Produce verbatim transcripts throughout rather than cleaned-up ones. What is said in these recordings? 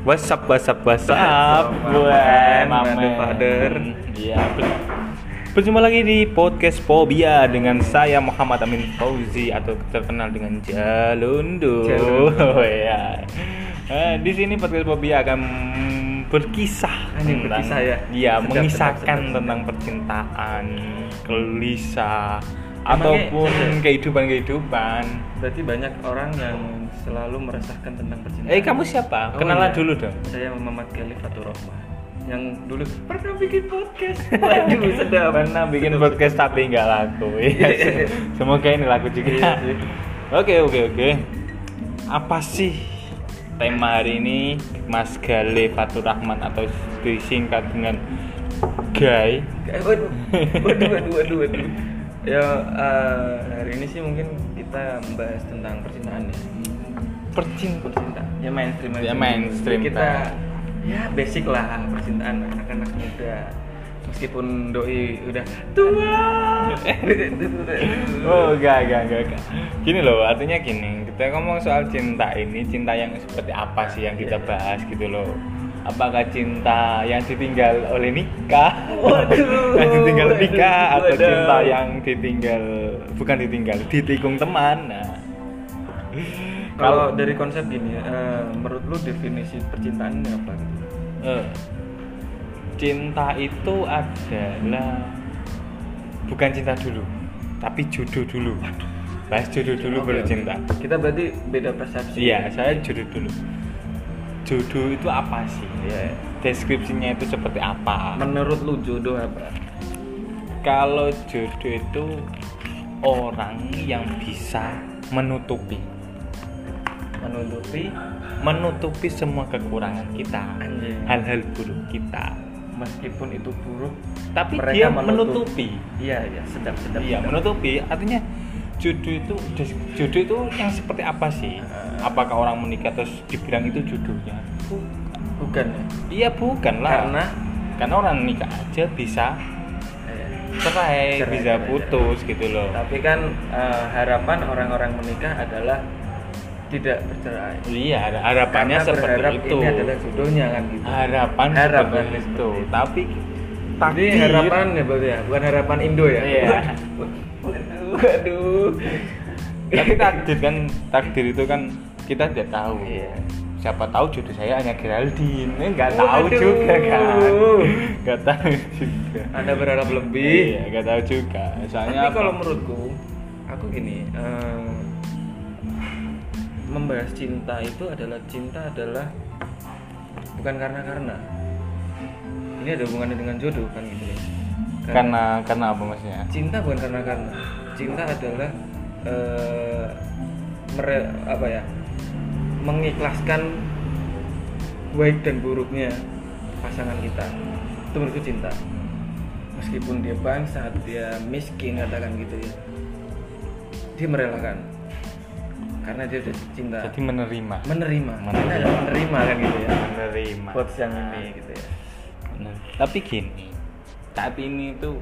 What's up, what's up, what's up? Gue Mamen Father. Iya, ber- berjumpa lagi di podcast Pobia dengan saya Muhammad Amin Fauzi atau terkenal dengan Jalundo. Jalundo. Oh ya. Eh, di sini podcast Pobia akan berkisah Ini tentang, berkisah ya? Iya, Sedap, mengisahkan sedap, sedap, tentang percintaan, gelisah, Emangnya- ataupun sedap. kehidupan-kehidupan. Berarti banyak orang yang selalu meresahkan tentang percintaan. Eh, kamu siapa? Oh, Kenalan iya. dulu dong. Saya Muhammad Khalif Fatur Rahman yang dulu pernah bikin podcast. Waduh, sedap. Pernah bikin Sedap, podcast sedap. tapi nggak laku. Ya, se- semoga ini laku juga. Iya, iya. Oke oke oke. Apa sih tema hari ini, Mas Gale Fatur Rahman atau disingkat dengan Gay? Eh, Waduh, waduh, waduh, waduh, waduh. Ya eh, hari ini sih mungkin kita membahas tentang percintaan ya. Percintaan. Percintaan. Ya mainstream. Ya, mainstream, Kita ya basic lah percintaan anak-anak muda. Meskipun doi udah tua. Oh enggak, enggak, enggak, enggak. Gini loh, artinya gini, kita ngomong soal cinta ini, cinta yang seperti apa sih yang kita bahas gitu loh. Apakah cinta yang ditinggal oleh nikah? Waduh. Yang ditinggal nikah atau Waduh. cinta yang ditinggal bukan ditinggal, ditikung teman. Nah. Kalau dari konsep gini, eh, menurut lu definisi percintaan ini apa gitu? Eh, cinta itu adalah bukan cinta dulu, tapi jodoh dulu. Bahas jodoh dulu Oke, baru oke. cinta. Kita berarti beda persepsi. Iya, saya jodoh dulu. Jodoh itu apa sih? Iya. Deskripsinya itu seperti apa? Menurut lu jodoh apa? Kalau jodoh itu orang yang bisa menutupi Menutupi menutupi semua kekurangan kita, Anjing. hal-hal buruk kita. meskipun itu buruk, Tapi mereka dia menutup. menutupi. Iya, iya, sedap-sedap. Iya, menutupi. Artinya jodoh itu des- jodoh itu yang seperti apa sih? Uh. Apakah orang menikah terus dibilang itu jodohnya? Bukan ya? Iya, bukan lah. Karena Karena orang nikah aja bisa eh, cerai, Cerai, bisa cerai, putus gitu loh. tapi kan eh, harapan orang-orang menikah adalah tidak bercerai. Iya, ada harapannya Karena seperti berharap itu. ini adalah jodohnya kan gitu. Harapan, Harapan seperti seperti itu. itu. Tapi Ini takdir harapan ya berarti ya, bukan harapan Indo ya. Iya. Waduh, waduh. Tapi takdir kan, takdir itu kan kita tidak tahu. Iya. Siapa tahu jodoh saya hanya Geraldine, eh, nggak tahu Waduh. juga kan, nggak tahu juga. Anda berharap lebih. Iya, nggak tahu juga. Soalnya Tapi apa? kalau menurutku, aku gini, eh, membahas cinta itu adalah cinta adalah bukan karena karena. Ini ada hubungannya dengan jodoh kan gitu ya. karena karena apa maksudnya? Cinta bukan karena karena. Cinta adalah eh, mere- apa ya? Mengikhlaskan baik dan buruknya pasangan kita. Itu menurutku cinta. Meskipun dia bangsat, dia miskin katakan gitu ya. Dia merelakan. Karena dia udah cinta. Jadi menerima. Menerima. Menerima. Kita adalah menerima kan gitu ya. Menerima. Quotes yang ini gitu ya. Benar. Tapi gini, saat ini tuh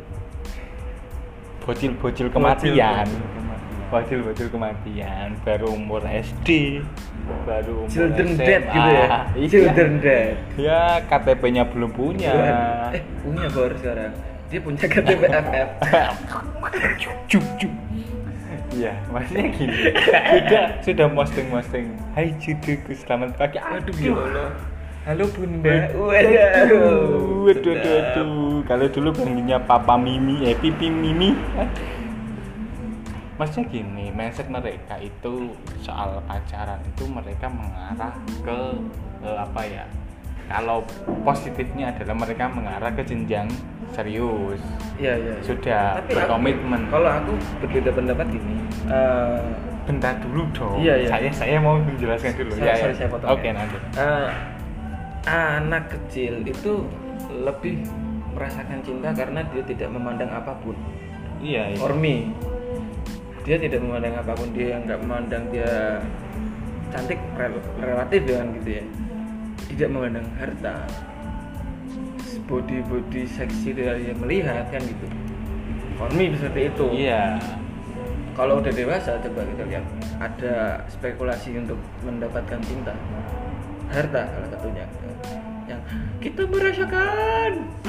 bocil-bocil kematian, bocil-bocil kematian, baru umur S D, baru umur Children S M A. dead gitu ya. Iya. Children dead. Ya K T P-nya belum punya. Eh, punya baru sekarang. Dia punya K T P F F. Cuk cuk. Iya, maksudnya gini. Sudah sudah posting-posting. Hai cucuku, selamat pagi. Aduh ya Allah. Halo Bunda. Waduh, Waduh. waduh, waduh, waduh. Kalau dulu panggilnya Papa Mimi, eh Pipi Mimi. Maksudnya gini, mindset mereka itu soal pacaran itu mereka mengarah ke eh, apa ya? Kalau positifnya adalah mereka mengarah ke jenjang serius. Iya, iya. Sudah Tapi aku- berkomitmen. Kalau aku berbeda pendapat gini. eh, Bentar dulu dong. Iya, iya. Saya saya mau menjelaskan dulu. Sorry, ya, sorry, ya. saya potong Oke, ya. nanti. eh, anak kecil itu lebih merasakan cinta karena dia tidak memandang apapun. Iya, iya. For me, dia tidak memandang apapun, dia nggak memandang dia cantik rel- relatif dengan gitu ya, tidak memandang harta, body body seksi dia melihat kan gitu. For me seperti itu. Iya. Kalau udah dewasa coba kita lihat ada spekulasi untuk mendapatkan cinta. harta salah satunya yang kita merasakan.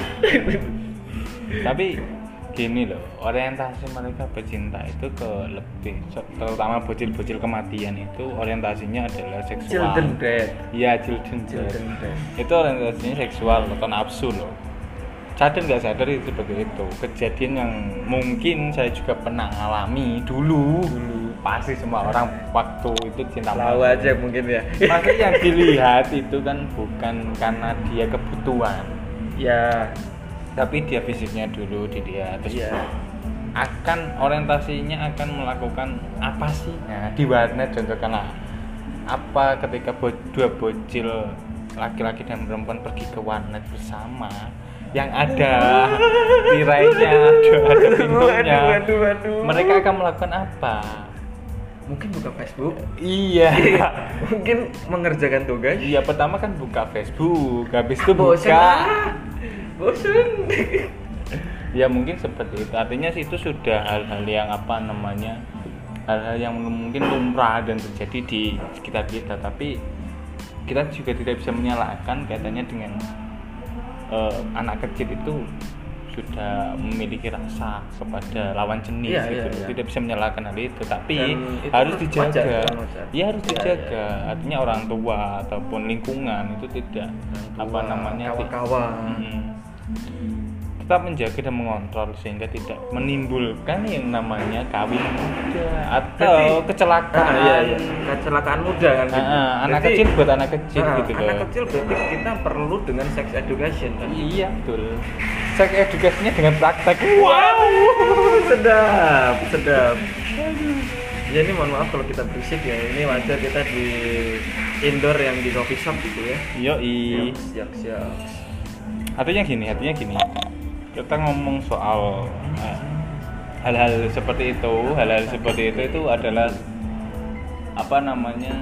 Tapi gini loh, orientasi mereka bercinta itu ke lebih, terutama bocil-bocil kematian itu orientasinya adalah seksual. Children death. Iya, children, Children death. death. Itu orientasinya seksual atau nafsu loh. Sadar nggak sadar itu seperti itu. Kejadian yang mungkin saya juga pernah alami dulu. Dulu pasti semua orang waktu itu cinta Tahu mati. aja mungkin ya. Pasti yang dilihat itu kan bukan karena dia kebutuhan, Ya, tapi dia fisiknya dulu dilihat, terus iya. akan orientasinya akan melakukan apa sih? Nah, di warnet contohnya apa ketika bo- dua bocil laki-laki dan perempuan pergi ke warnet bersama, yang ada tirainya, ada, ada pintunya, Waduh, waduh, waduh. mereka akan melakukan apa? Mungkin buka Facebook. Iya. Mungkin mengerjakan tugas. Iya, pertama kan buka Facebook, habis itu Bosen buka. ah. Bosen. Ya mungkin seperti itu. Artinya sih itu sudah hal-hal yang apa namanya, hal-hal yang mungkin lumrah dan terjadi di sekitar kita. Tapi kita juga tidak bisa menyalahkan kaitannya dengan uh, anak kecil itu sudah memiliki rasa kepada lawan jenis, Iya, gitu. iya, iya. Tidak bisa menyalahkan hal itu, tapi Dan itu harus wajar, dijaga. wajar. Ya harus Iya, dijaga. iya. Artinya orang tua ataupun lingkungan itu tidak apa Tua, namanya ti- kawan-kawan. Mm-mm. tetap menjaga dan mengontrol sehingga tidak menimbulkan yang namanya kawin muda atau Berarti- kecelakaan. Ah, iya, iya. Kecelakaan muda kan gitu. Ah, ah, anak Berarti- kecil buat anak kecil Ah, gitu anak loh. kecil berarti kita perlu dengan sex education kan. Iya betul. Sex edukasinya dengan praktek. Wow, sedap, sedap. Ya ini mohon maaf kalau kita berisik ya. Ini wajar kita di indoor yang di coffee shop gitu ya. Yoi. Siap, siap. Artinya gini, artinya gini. Kita ngomong soal eh, hal-hal seperti itu, hal-hal seperti itu itu adalah apa namanya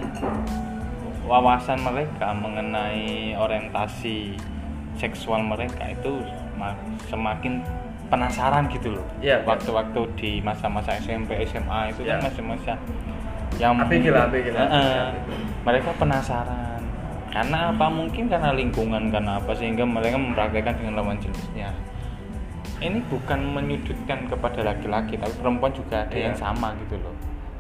wawasan mereka mengenai orientasi seksual mereka itu ma- semakin penasaran gitu loh. Iya, Waktu-waktu di masa-masa S M P, S M A itu kan Iya. masa-masa yang Api gila, api gila. Eh, eh, mereka penasaran. Karena apa? Mungkin karena lingkungan, karena apa sehingga mereka mempraktekkan dengan lawan jenisnya. Ini bukan menyudutkan kepada laki-laki, tapi perempuan juga ada Iya. yang sama gitu loh.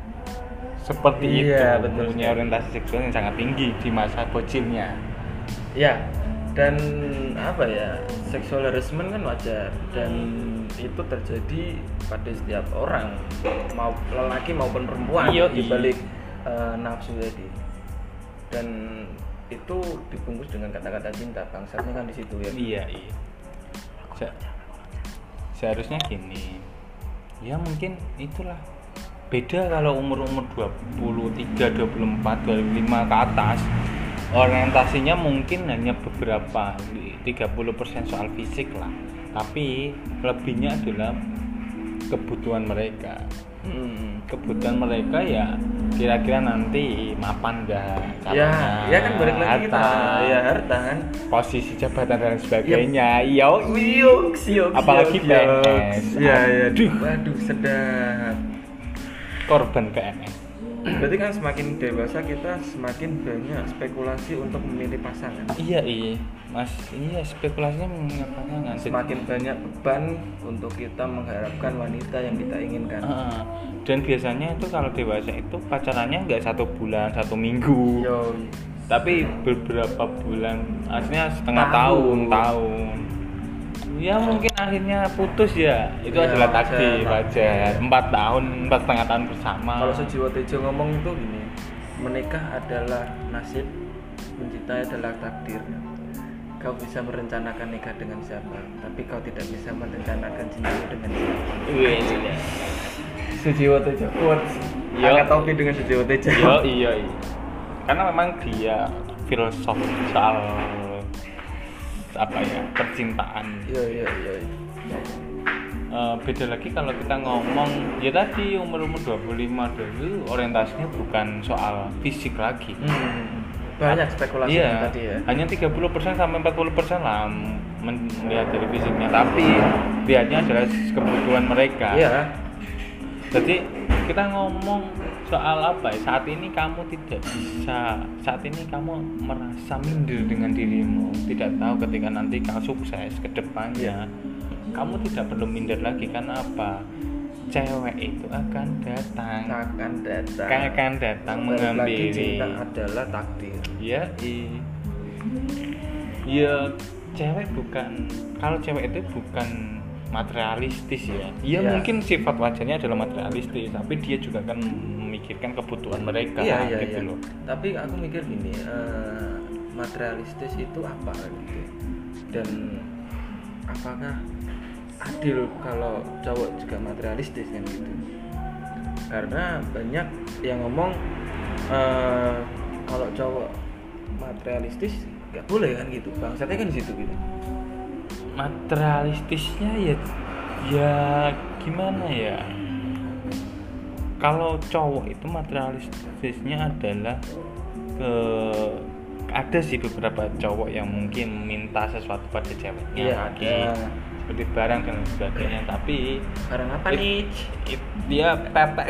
Seperti Iya, itu, betul punya sekali. orientasi seksual yang sangat tinggi di masa bocilnya. Ya, dan apa ya, sexual harassment kan wajar dan itu terjadi pada setiap orang, mau lelaki maupun perempuan Iya, di iya. balik eh, nafsu tadi. Dan itu dibungkus dengan kata-kata cinta, bangsatnya kan di situ ya. Iya, iya. Se- seharusnya gini. Ya mungkin itulah. Beda kalau umur-umur dua puluh tiga, dua puluh empat, dua puluh lima ke atas. Orientasinya mungkin hanya beberapa, tiga puluh persen soal fisik lah. Tapi lebihnya adalah kebutuhan mereka. Hmm. Kebutuhan mereka ya kira-kira nanti mapan enggak Ya, ya kan balik lagi kita, ya harta kan. posisi jabatan dan sebagainya. Yo, Yoks, yoks, apalagi yoks, P N S. yoks. Ya, ya. Aduh. Waduh, sedap. korban P N S. Berarti kan semakin dewasa kita semakin banyak spekulasi untuk memilih pasangan. Iya, iya. Mas, iya spekulasinya mengenai pasangan. Semakin banyak beban untuk kita mengharapkan wanita yang kita inginkan. Heeh. Dan biasanya itu kalau dewasa itu pacarannya nggak satu bulan, satu minggu. Yo, Tapi beberapa bulan, aslinya setengah Tahun. tahun, tahun. Ya mungkin akhirnya putus ya. Itu Ya, adalah wajar, takdir, wajar. wajar. Empat tahun, empat setengah tahun bersama. kalau sejiwa tejo ngomong itu gini, menikah adalah nasib, mencintai adalah takdir. Kau bisa merencanakan nikah dengan siapa, tapi kau tidak bisa merencanakan cintamu dengan siapa. Wih, iya. Sujiwo Tejo quotes. Yo. Angkat topi dengan Sujiwo Tejo. Yo, iya, iya. Karena memang dia filosof soal apa ya, percintaan. Iya, iya, iya. Eh, beda lagi kalau kita ngomong ya tadi umur-umur dua puluh lima dulu orientasinya bukan soal fisik lagi. Hmm, banyak spekulasi Iya, tadi ya. hanya tiga puluh persen sampai empat puluh persen lah melihat dari fisiknya, tapi lihatnya adalah kebutuhan mereka. Iya. Jadi kita ngomong soal apa ya, saat ini kamu tidak bisa, saat ini kamu merasa minder dengan dirimu, tidak tahu ketika nanti kamu sukses ke depannya, kamu tidak perlu minder lagi. Karena apa? Cewek itu akan datang, akan datang akan datang Balik lagi, menghampiri. cinta adalah takdir. Ya, i. Ya, cewek bukan, kalau cewek itu bukan materialistis ya. Iya, Ya. mungkin sifat wajarnya adalah materialistis, tapi dia juga akan memikirkan kebutuhan mereka, Iya, iya, gitu iya. loh. Tapi aku mikir gini, eh, materialistis itu apa gitu? Dan apakah adil kalau cowok juga materialistis kan gitu? Karena banyak yang ngomong eh, kalau cowok materialistis nggak boleh kan gitu. Bangsatnya kan di situ gitu. Materialistisnya ya, ya gimana ya? Kalau cowok itu materialistisnya adalah ke ada sih beberapa cowok yang mungkin minta sesuatu pada ceweknya, Iya, lagi ada. seperti barang dan lain sebagainya, tapi Barang apa It- nih? it- dia pepe.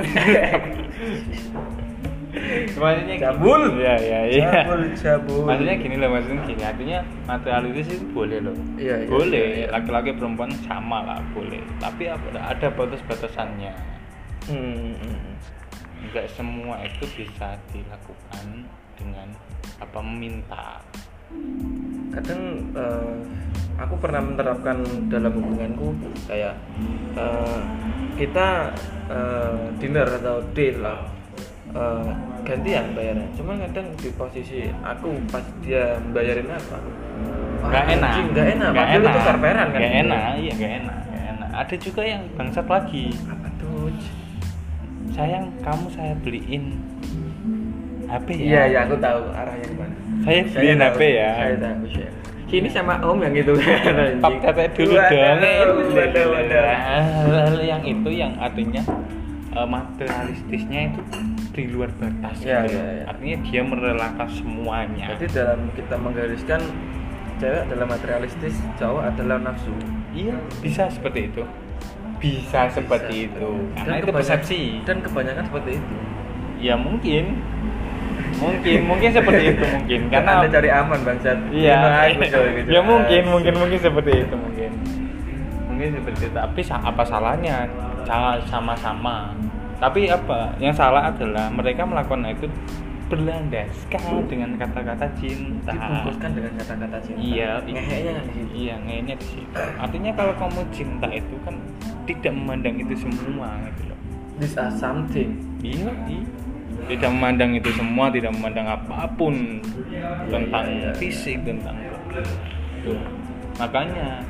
Maksudnya Cabul. ya ya ya Cabul, cabul. maksudnya gini loh, maksudnya gini, artinya materialistis itu boleh loh. Iya, iya, boleh, iya, iya. laki-laki perempuan sama lah, boleh, tapi apa, ada batas-batasannya. Hmm, hmm. Enggak semua itu bisa dilakukan dengan apa, meminta. Kadang eh, aku pernah menerapkan dalam hubunganku kayak eh, kita eh, dinner atau date lah, eh, gantian bayarnya. Cuman kadang di posisi aku pas dia bayarin apa, wah, Nggak enak, anjing, nggak enak, nggak padahal itu karperan kan. nggak enak, iya nggak enak, nggak enak. Ada juga yang bangsat lagi. Apa tuh? Sayang, kamu saya beliin H P ya. Iya, iya, aku tahu arahnya kemana. Saya beliin H P tahu, ya. Saya tahu, share. Ini sama om yang itu kan. Pap tetek dulu Waduh, dong. waduh, waduh. Hal yang itu yang artinya eh, materialistisnya itu di luar batas. Iya, gitu. iya, iya. Artinya dia merelakan semuanya. Jadi dalam kita menggariskan cewek adalah materialistis, cowok adalah nafsu. Iya, bisa seperti itu. Bisa seperti Bisa. itu. Karena Dan itu kebanyak- persepsi. Dan kebanyakan seperti itu. Ya mungkin. Mungkin, mungkin seperti itu mungkin. Karena Anda cari aman bangsat. iya. Gitu, gitu, gitu. Ya mungkin, mungkin, mungkin seperti itu mungkin. Mungkin seperti itu. Tapi sa- apa salahnya? Jangan sama-sama. Tapi apa? Yang salah adalah mereka melakukan itu berlandaskan dengan kata-kata cinta. Dibungkuskan dengan kata-kata cinta. Iya, Ngeheknya kan di situ. Iya, ngeheknya di situ. Artinya kalau kamu cinta itu kan tidak memandang itu semua gitu loh. These are something. Iya, iya. Tidak memandang itu semua, tidak memandang apapun tentang iya, iya. fisik, tentang tuh. Makanya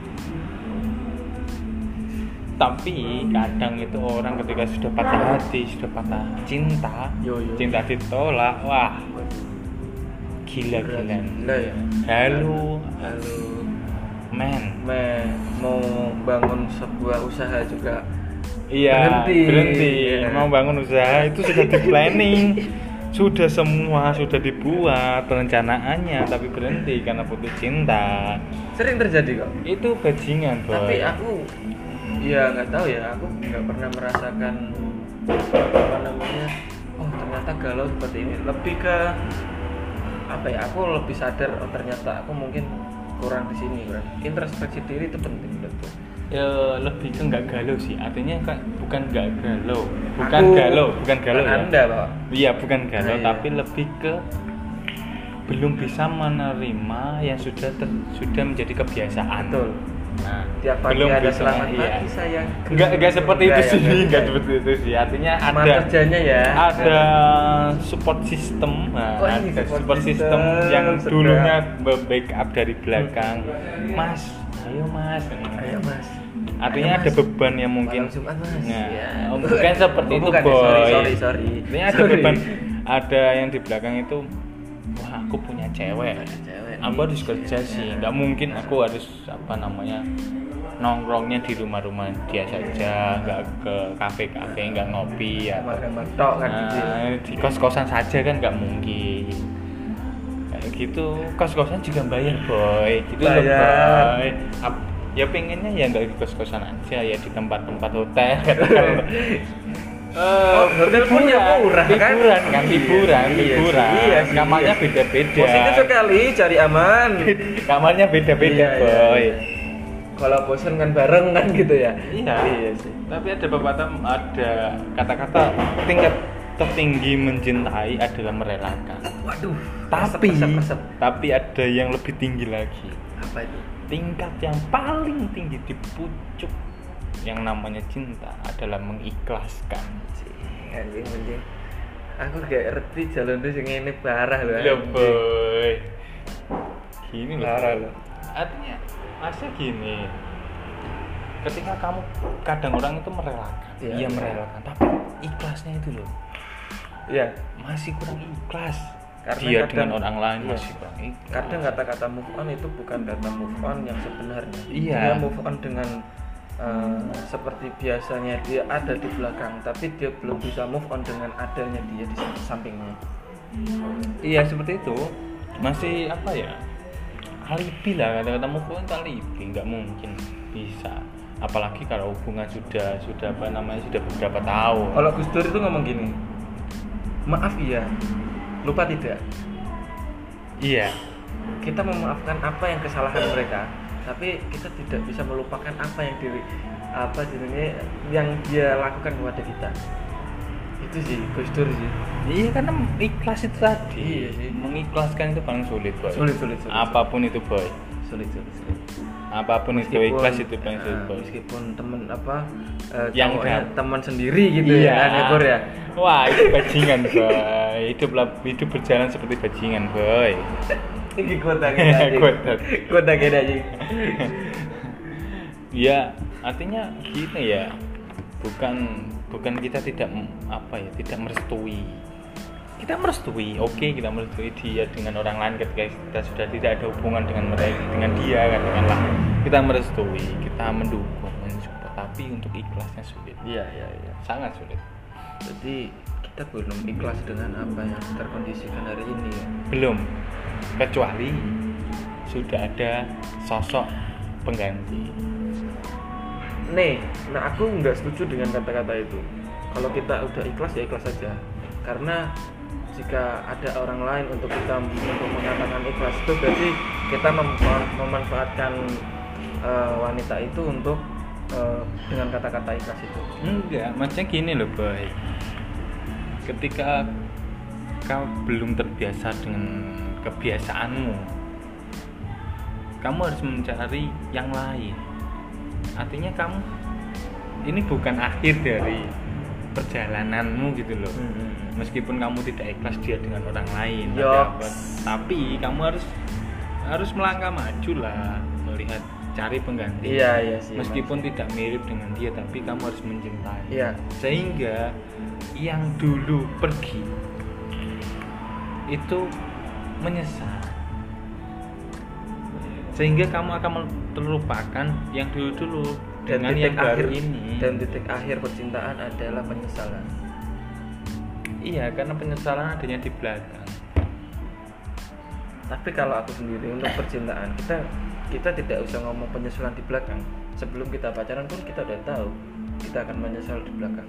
tapi kadang itu orang ketika sudah patah hati, sudah patah cinta, Yo, yo. cinta ditolak, wah gila-gilaan. Gila ya. Halo, Halo. men. Me, mau bangun sebuah usaha juga Iya, Berhenti. berhenti. Iya. Mau bangun usaha itu sudah di planning, sudah semua sudah dibuat perencanaannya, tapi berhenti karena putus cinta. sering terjadi kok. Itu bajingan, boy. Tapi aku ya nggak tahu ya, aku nggak pernah merasakan apa namanya, oh ternyata galau seperti ini. Lebih ke apa ya, aku lebih sadar, oh ternyata aku mungkin kurang di sini, kurang introspeksi diri itu penting betul. Ya, lebih ke nggak galau sih, artinya kan bukan nggak galau, bukan Aku- galau, bukan galau ya. Anda Pak. Iya, bukan galau, Ah, iya. tapi lebih ke belum bisa menerima yang sudah ter- sudah menjadi kebiasaan. Betul. Nah, Tiap pagi belum ada bisa, selamat iya. pagi sayang. Enggak, enggak seperti itu Enggak, sih, ya, enggak seperti itu sih. Artinya Semangat ada kerjanya ya. ada support system, nah, Oh, ini ada support support system, system, yang sedap. dulunya backup dari belakang. Mas, ayo Mas. Ayo Mas. Artinya Ayo, ada Mas. beban yang mungkin Malam Jumat, Mas. Nah, Ya. oh, bukan seperti Oh, itu, bukan ya, boy. sorry, sorry, sorry. Artinya ada Sorry. beban, ada yang di belakang itu, wah aku punya cewek, Cewek. aku harus kerja sih, nggak mungkin aku harus apa namanya nongkrongnya di rumah-rumah dia saja, nggak ke kafe-kafe, nggak ngopi ya. Makan tok kan gitu. Nah, di kos-kosan saja kan nggak mungkin. Kayak gitu, kos-kosan juga bayar, boy. Gitu loh, Bayar. boy. Ap- ya pengennya ya nggak di kos-kosan aja, ya di tempat-tempat hotel. Kalau Oh, hotel pun ya murah kan? Hiburan kan, hiburan, Iya, hiburan. iya sih, Kamarnya iya. beda-beda. Positif sekali, cari aman. Kamarnya beda-beda, Iya, iya, boy. iya. Kalau bosan kan bareng kan gitu ya. Iya. Iya sih. Tapi ada pepatah, ada kata-kata tingkat tertinggi mencintai adalah merelakan. Waduh. Tapi, resep, resep, resep. tapi ada yang lebih tinggi lagi. Apa itu? Tingkat yang paling tinggi di pucuk yang namanya cinta adalah mengikhlaskan. Anjing anjing. Aku gak ngerti jalan itu sing ngene parah lho. Loh, boy. Gini loh. Parah loh. Artinya, masa gini. Ketika kamu kadang orang itu merelakan, Iya, iya iya. merelakan, tapi ikhlasnya itu loh Iya. masih kurang ikhlas. Karena Dia kadang- dengan orang lain iya. masih kurang ikhlas. Kadang kata-kata move on itu bukan kata move on yang sebenarnya. Iya. Dia move on dengan uh, seperti biasanya dia ada di belakang, tapi dia belum bisa move on dengan adanya dia di sampingnya. Iya seperti itu. Masih apa ya? Alibi lah, kata-kata move on itu alibi, nggak mungkin bisa. Apalagi kalau hubungan sudah sudah apa namanya sudah beberapa tahun. Kalau Gus Dur itu ngomong gini, maaf iya, lupa tidak. Iya. Kita memaafkan apa yang kesalahan mereka, tapi kita tidak bisa melupakan apa yang diri apa jadinya yang dia lakukan kepada kita. Itu sih Gus Dur sih. Iya karena ikhlas itu tadi. Iya sih. Mengikhlaskan itu paling sulit, boy. Sulit, sulit, sulit. Apapun itu, boy. Sulit, sulit, sulit. Apapun itu ikhlas itu paling sulit, eh, boy. meskipun temen apa eh, Yang cowoknya dap- teman sendiri gitu Iya. ya kan ya Bor ya. Wah, itu bajingan, boy. Hidup hidup berjalan seperti bajingan, boy. Ini kota kita aja. Kota. Kota kita aja. Ya, artinya gini ya. Bukan bukan kita tidak m- apa ya, tidak merestui. Kita merestui, oke kita merestui dia dengan orang lain ketika kita sudah tidak ada hubungan dengan mereka, dengan dia katakanlah. Kita merestui, kita mendukung, mensupport, tapi untuk ikhlasnya sulit. Iya, iya, iya. Sangat sulit. Jadi kita belum ikhlas dengan apa yang terkondisikan hari ini ya. Belum. Kecuali sudah ada sosok pengganti. Nih, nah aku nggak setuju dengan kata-kata itu. Kalau kita udah ikhlas ya ikhlas saja. Karena jika ada orang lain untuk kita untuk mengatakan ikhlas itu berarti kita mem- memanfaatkan uh, wanita itu untuk uh, dengan kata-kata ikhlas itu. Enggak, maksudnya gini loh, boy. Ketika kau belum terbiasa dengan kebiasaanmu, kamu harus mencari yang lain. Artinya kamu ini bukan akhir dari perjalananmu gitu loh. Hmm. Meskipun kamu tidak ikhlas dia dengan orang lain, tapi, Yoks. apa, tapi kamu harus harus melangkah maju lah, melihat cari pengganti. Iya, iya sih. Meskipun tidak mirip dengan dia, tapi kamu harus mencintai. Iya. Sehingga yang dulu pergi itu menyesal. Sehingga kamu akan terlupakan yang dulu-dulu dan dengan titik yang baru akhir ini. dan titik akhir percintaan adalah penyesalan. Iya, karena penyesalan adanya di belakang. Tapi kalau aku sendiri untuk percintaan kita kita tidak usah ngomong penyesalan di belakang. Sebelum kita pacaran pun kita udah tahu kita akan menyesal di belakang.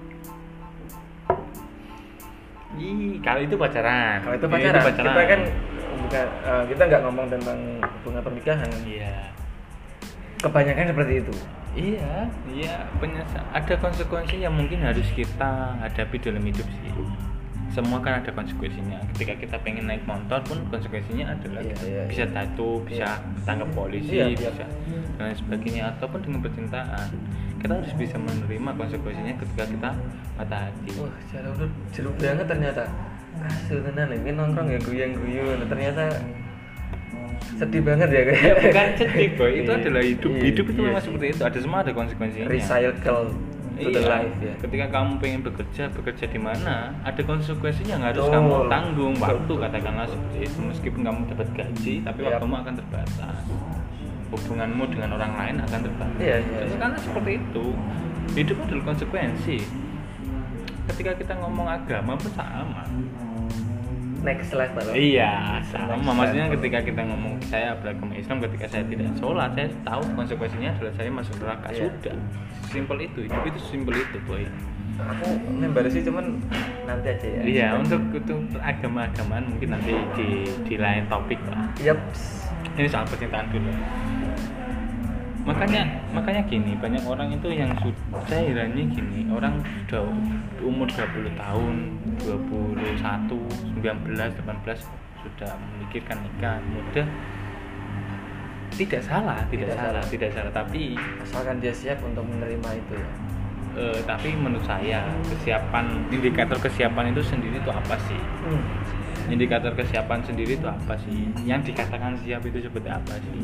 Ih, kalau itu pacaran. Kalau itu Iya, pacaran, kita kan bukan eh, kita nggak ngomong tentang hubungan pernikahan. Iya. Kebanyakan seperti itu. Iya, iya, penyesal. Ada konsekuensi yang mungkin harus kita hadapi dalam hidup sih. Semua kan ada konsekuensinya. Ketika kita pengen naik motor pun konsekuensinya adalah Iya, kita iya, bisa iya. tangkap, bisa tangkap polisi, Iya, iya. bisa dan lain sebagainya. Ataupun dengan percintaan, kita harus bisa menerima konsekuensinya ketika kita patah hati. Wah, cara udah jeruk banget ternyata. Asu tenan ini nongkrong ya guyang-guyu. Ternyata sedih banget ya kayak. Ya, bukan sedih, boy. Itu Iya, adalah hidup. iya, Hidup itu iya memang sih. seperti itu. Ada semua ada konsekuensinya. Recycle to the Iya. life ya. Ketika kamu pengen bekerja, bekerja di mana, ada konsekuensinya yang harus Betul. kamu tanggung. Betul, Waktu betul. katakanlah seperti itu. Meskipun kamu dapat gaji, tapi Yap. waktumu akan terbatas. Hubunganmu dengan orang lain akan terbatas. Iya, iya, Jadi iya. karena seperti itu, hidup adalah konsekuensi. Ketika kita ngomong agama pun sama. Next level. Iya, sama. Next Maksudnya level. ketika kita ngomong saya beragama Islam, ketika saya tidak sholat, saya tahu konsekuensinya adalah saya masuk neraka. Iya. Sudah, simpel itu. Hidup itu simpel itu, boy. aku member sih cuman nanti aja ya. Iya, untuk untuk agama-agamaan mungkin nanti di di lain topik lah. Yap. Ini soal percintaan dulu. Makanya makanya gini, banyak orang itu yang sudah iranya gini, orang sudah umur dua puluh tahun, dua puluh satu, sembilan belas, delapan belas sudah memikirkan nikah muda. Tidak salah, tidak, Tidak salah, salah. tidak salah, tapi Asalkan dia siap untuk menerima itu ya. eh, tapi menurut saya kesiapan, indikator kesiapan itu sendiri itu apa sih? Hmm. Indikator kesiapan sendiri itu apa sih? Yang dikatakan siap itu seperti apa sih?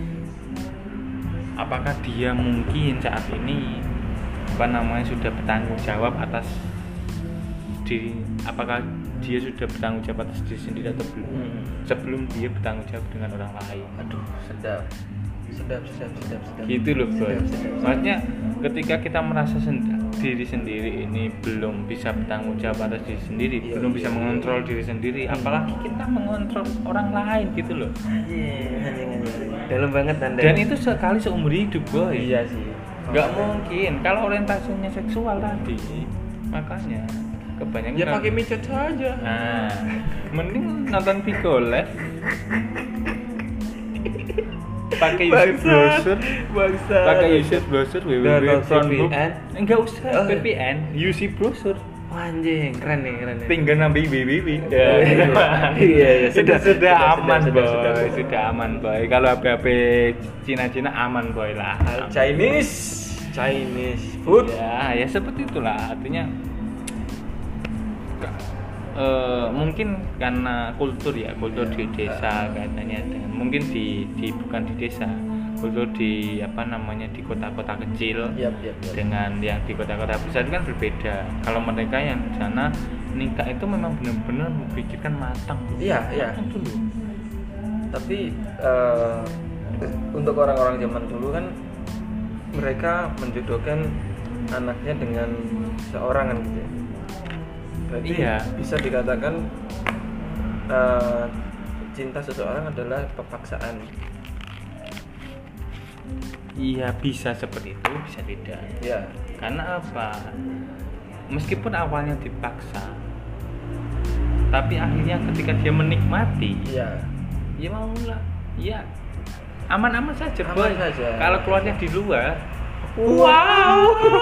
Apakah dia mungkin saat ini apa namanya sudah bertanggung jawab atas diri? Apakah dia sudah bertanggung jawab atas diri sendiri atau belum? Hmm. Sebelum dia bertanggung jawab dengan orang lain. Aduh, sedap. Sedap, sedap, sedap, sedap. Gitu loh, Boy. Sedap, sedap, sedap. Maksudnya ketika kita merasa sen- diri sendiri ini belum bisa bertanggung jawab atas diri sendiri, Iya, belum bisa iya, mengontrol diri sendiri, Hmm. apalagi kita mengontrol orang lain gitu loh. Anjing, anjing, anjing. Dalam banget Anda. Dan itu sekali seumur hidup, Boy. iya sih. Nggak Makanya. mungkin kalau orientasinya seksual tadi, makanya kebanyakan Ya pakai micet saja. nah, mending nonton Vigo Live, pakai user browser, Bangsa. pakai user browser www Download frontbook. V P N. Enggak usah Oh. V P N, U C browser. Wah, anjing, keren nih, keren nih. Tinggal nambah www. Iya, iya, iya. Sudah Sudah, sudah sudah, aman, sudah, boy. sudah, sudah. Sudah aman, boy. Kalau H P H P Cina-Cina aman, boy lah. Chinese, Chinese food. Ya, ya seperti itulah. Artinya eh, mungkin karena kultur ya, kultur di desa katanya dengan mungkin di, di bukan di desa, kultur di apa namanya di kota-kota kecil Yap, yap, yap. dengan yang di kota-kota besar itu kan berbeda. Kalau mereka yang di sana nikah itu memang benar-benar memikirkan matang. Iya, iya. Matang dulu. Tapi eh, untuk orang-orang zaman dulu kan mereka menjodohkan anaknya dengan seorang kan gitu ya. Berarti Iya. bisa dikatakan eh, cinta seseorang adalah pepaksaan. Iya, bisa seperti itu, bisa tidak. Ya, Karena apa? Meskipun awalnya dipaksa, tapi akhirnya ketika dia menikmati, iya. ya mau lah, ya aman-aman saja, Aman boy. saja. Kalau keluarnya di luar, Wow.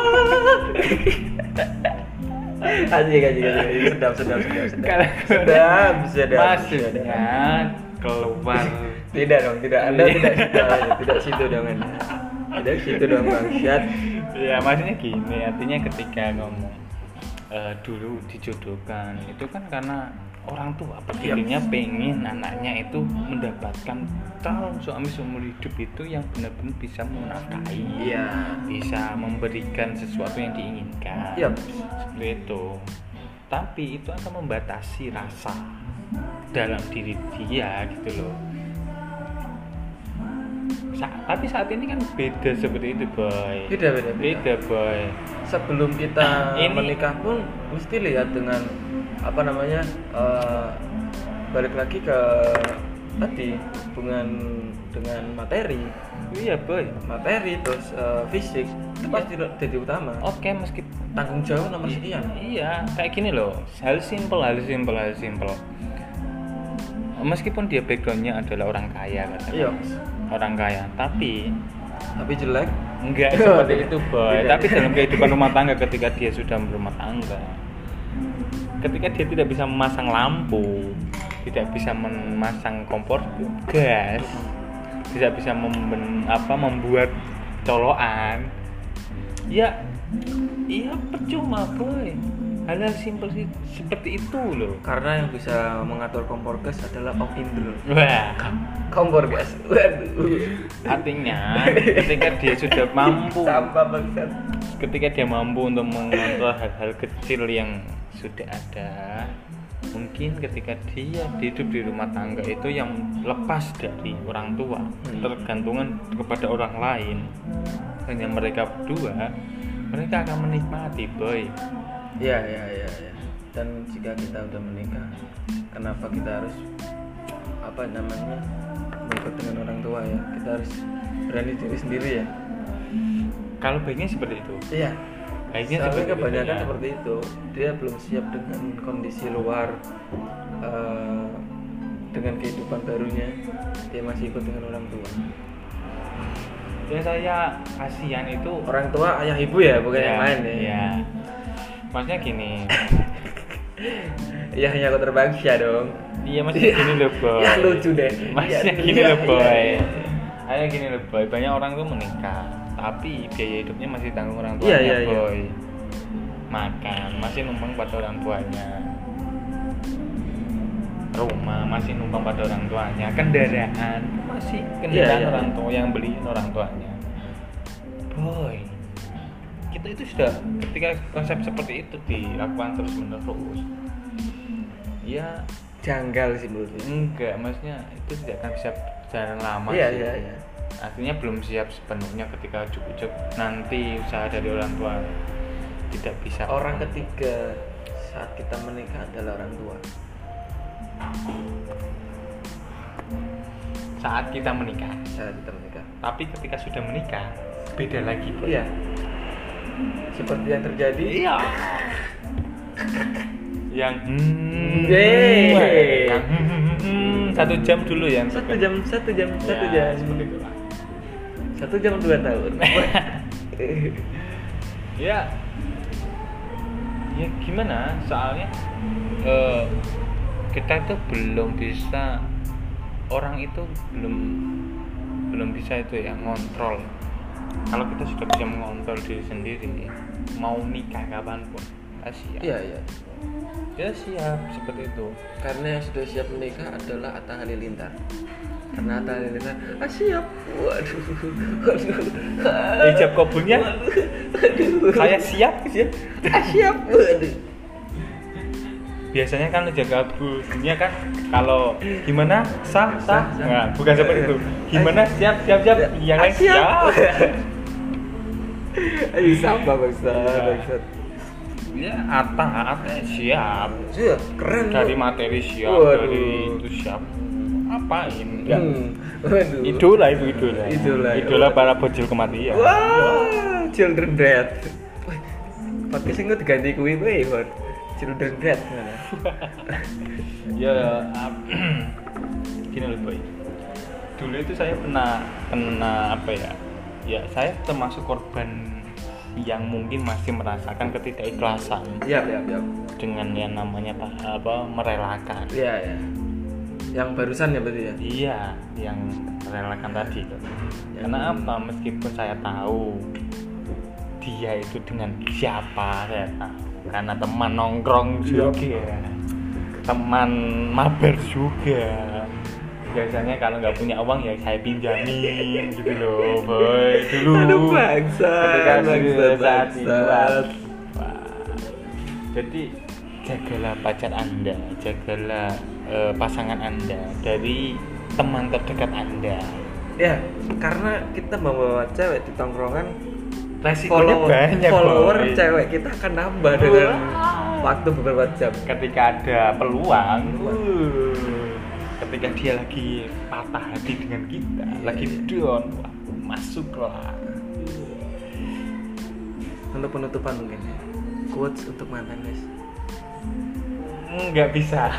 Anjing, anjing, anjing. Sedap, sedap, sedap, sedap. Kalau Sedap, sedap. maksudnya keluar. Tidak dong, tidak. Anda tidak situ, tidak situ dong Anda. Tidak situ dong bangsat. Ya maksudnya gini, artinya ketika ngomong eh, dulu dijodohkan itu kan karena orang tua berpikirnya pengen anaknya itu mendapatkan calon suami seumur hidup itu yang benar-benar bisa menafkahi, Iya. bisa memberikan sesuatu yang diinginkan. Yap. Seperti itu. Tapi itu akan membatasi rasa dalam diri dia gitu loh. Sa- tapi saat ini kan beda seperti itu, boy. Beda, beda, beda. Beda, boy. Sebelum kita Ini- menikah pun mesti lihat dengan apa namanya eh, balik lagi ke tadi hubungan dengan materi, Iya, boy. materi terus eh, fisik itu Iya. pasti jadi utama. Oke, meskipun Tanggung jawab nomor sekian. iya, kayak gini loh. Hal simple, hal simple, hal simple. Meskipun dia backgroundnya adalah orang kaya, katakan. Iya. Orang kaya, tapi Tapi jelek. enggak seperti itu, boy. Tidak. Tapi dalam kehidupan rumah tangga, ketika dia sudah berumah tangga, ketika dia tidak bisa memasang lampu, tidak bisa memasang kompor gas, tidak bisa memben, apa membuat colokan, ya iya percuma, boy. Hal-hal simpel sih seperti itu loh. Karena yang bisa mengatur kompor gas adalah Om Indro. Wah, Kompor gas. Waduh. artinya ketika dia sudah mampu, Sampah bangsat. ketika dia mampu untuk mengontrol hal-hal kecil yang sudah ada, mungkin ketika dia hidup di rumah tangga itu yang lepas dari orang tua, tergantungan kepada orang lain, hanya mereka berdua, mereka akan menikmati, boy. Ya, ya, ya, ya. Dan jika kita udah menikah, kenapa kita harus apa namanya mengikut dengan orang tua ya? Kita harus berani diri sendiri ya. Kalau baiknya seperti itu. Iya. Baiknya Soalnya seperti itu, kebanyakan ya. seperti itu, dia belum siap dengan kondisi luar, eh, dengan kehidupan barunya, dia masih ikut dengan orang tua. Ya saya kasihan itu Orang tua ayah ibu ya, bukan ya, yang lain ya. ya. Maksudnya gini. Iya hanya aku terbangsa dong. Iya maksudnya gini loh boy. Ya lucu deh. Maksudnya Ya, gini iya, loh boy. iya, Ayo gini loh boy. Banyak orang tuh menikah, tapi biaya hidupnya masih tanggung orang Iya, tuanya iya, iya. boy. Makan masih numpang pada orang tuanya. Rumah masih numpang pada orang tuanya. Kendaraan masih kendaraan Iya, iya, orang iya. tua yang beliin orang tuanya. Boy, kita itu sudah ketika konsep seperti itu dilakukan terus menerus. Ya Janggal sih menurutku. enggak, maksudnya itu tidak akan bisa berjalan lama Iya sih. iya iya. Artinya belum siap sepenuhnya ketika ujuk-ujuk nanti usaha dari orang tua tidak bisa. Orang ketiga saat kita menikah adalah orang tua. Saat kita menikah, Saat kita menikah. tapi ketika sudah menikah beda lagi. Boy. Iya. Seperti yang terjadi. Iya. Yang hmm, Yeay. yang hmm, hmm, hmm, satu jam dulu ya. Satu jam, satu jam, satu Ya, jam. seperti itu lah. Satu jam dua tahun. Ya, ya gimana? Soalnya eh, kita itu belum bisa, orang itu belum belum bisa itu ya ngontrol. Kalau kita sudah bisa mengontrol diri sendiri, mau nikah kapanpun, ya siap. Iya iya. Ya siap seperti itu. Karena yang sudah siap menikah adalah Atta Halilintar. Karena Atta Halilintar, ah siap. Waduh. Waduh. Ijab kabulnya, Waduh. saya siap, siap. Ah siap. Waduh. Biasanya kan ijab kabulnya kan kalau gimana sah sah, Sah, sah. nah, bukan seperti itu. Gimana siap siap siap, yang Ah, lain siap. Ayo siapa bangsa, bangsa. Ya Atta Atta siap. Iya, keren. Dari loh. materi siap, Waduh. dari itu siap. Apain? Enggak. Hmm. Waduh. Idola itu idola. Idola. Idola para bocil kematian. Wah, children dead. Wih, podcast ini diganti kuwi wae, Hon. Children dead. Ya, ap- gini loh boy. Dulu itu saya pernah kena apa ya? Ya saya termasuk korban yang mungkin masih merasakan ketidakikhlasan Iya, iya, iya. dengan yang namanya apa, apa merelakan. Iya, iya. Yang barusan ya berarti ya? Iya, yang merelakan tadi. Karena apa? Meskipun saya tahu dia itu dengan siapa, saya tahu. Karena teman nongkrong juga, teman mabar juga. Biasanya kalau nggak punya uang ya saya pinjamin gitu loh, boy. Dulu. Aduh bangsa, Ketika bangsa, saat bangsa. itu, wah. Jadi jagalah pacar Anda, jagalah eh, pasangan Anda dari teman terdekat Anda. Ya, karena kita bawa cewek di tongkrongan, Resikonya follow- banyak, follower boy. cewek kita akan nambah dengan Wah. waktu beberapa jam. Ketika ada peluang, uh, ketika dia lagi patah hati dengan kita, Iya, lagi iya. down, wah, masuklah. Untuk penutupan mungkin ya. Quotes untuk mantan guys. Nggak bisa.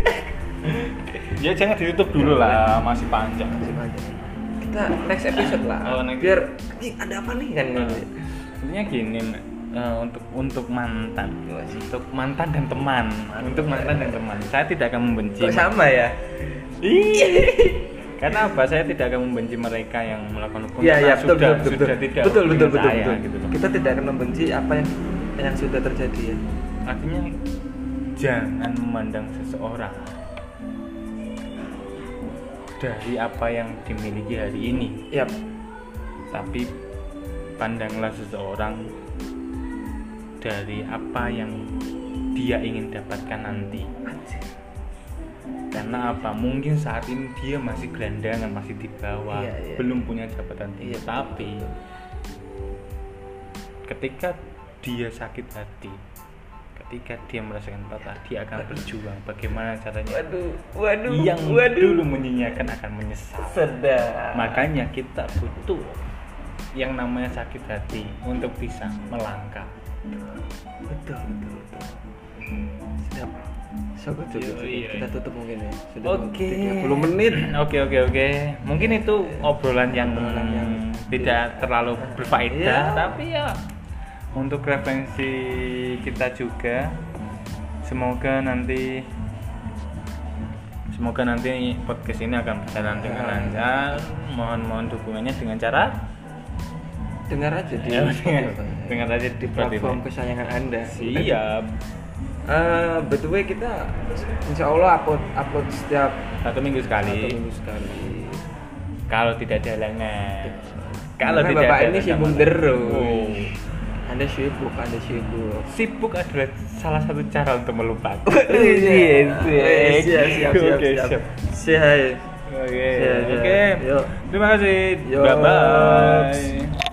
Ya jangan ditutup dulu lah, masih panjang. Masih panjang. Kita next episode lah. Oh, next. Biar "Ih, ada apa nih kan? Nah, sebenarnya gini, Mak. Eh, untuk untuk mantan, untuk mantan dan teman, untuk mantan dan teman, saya tidak akan membenci. Kok sama ya? Ih. Karena apa? Saya tidak akan membenci mereka yang melakukan hukum. Iya, karena iya, betul, sudah, betul, betul, sudah betul, tidak betul, dengan betul, betul, saya, betul. gitu loh. Kita tidak akan membenci apa yang yang sudah terjadi ya. Artinya jangan memandang seseorang dari apa yang dimiliki hari ini, Yap. tapi pandanglah seseorang dari apa yang dia ingin dapatkan nanti. Karena apa? Mungkin saat ini dia masih gelandangan, masih di bawah, Iya, iya. belum punya jabatan tinggi. Iya, Tapi ketika dia sakit hati, ketika dia merasakan patah, dia akan berjuang. Bagaimana caranya? Waduh, waduh, Yang waduh. dulu menyanyiakan akan menyesal. Sedap. Makanya kita butuh yang namanya sakit hati untuk bisa melangkah. Betul, betul, betul. Siap. So, betul, Iya, betul. iya. Kita tutup mungkin ya. Sudah Oke. tiga puluh menit. Oke oke oke. Mungkin itu obrolan yang, Obrolan yang tidak terlalu berfaedah, Iya. tapi ya untuk referensi kita juga. Semoga nanti semoga nanti podcast ini akan berjalan dengan Ya. lancar. Mohon-mohon dukungannya dengan cara Dengar aja di Ya, Spotify. dengar aja di platform Spotify. kesayangan Anda. Siap. Eh, by the way kita insya Allah upload upload setiap Satu minggu satu sekali. minggu sekali. Kalau tidak ada halangan. Kalau Karena tidak Bapak ada ini sibuk halangan. terus. Oh. Anda sibuk, Anda sibuk. Sibuk adalah salah satu cara untuk melupakan. Iya, Yes, siap, siap, siap, Oke, siap. siap. Siap. Oke. Siap, siap. Oke. Yuk. Terima kasih. Yuk. Bye bye.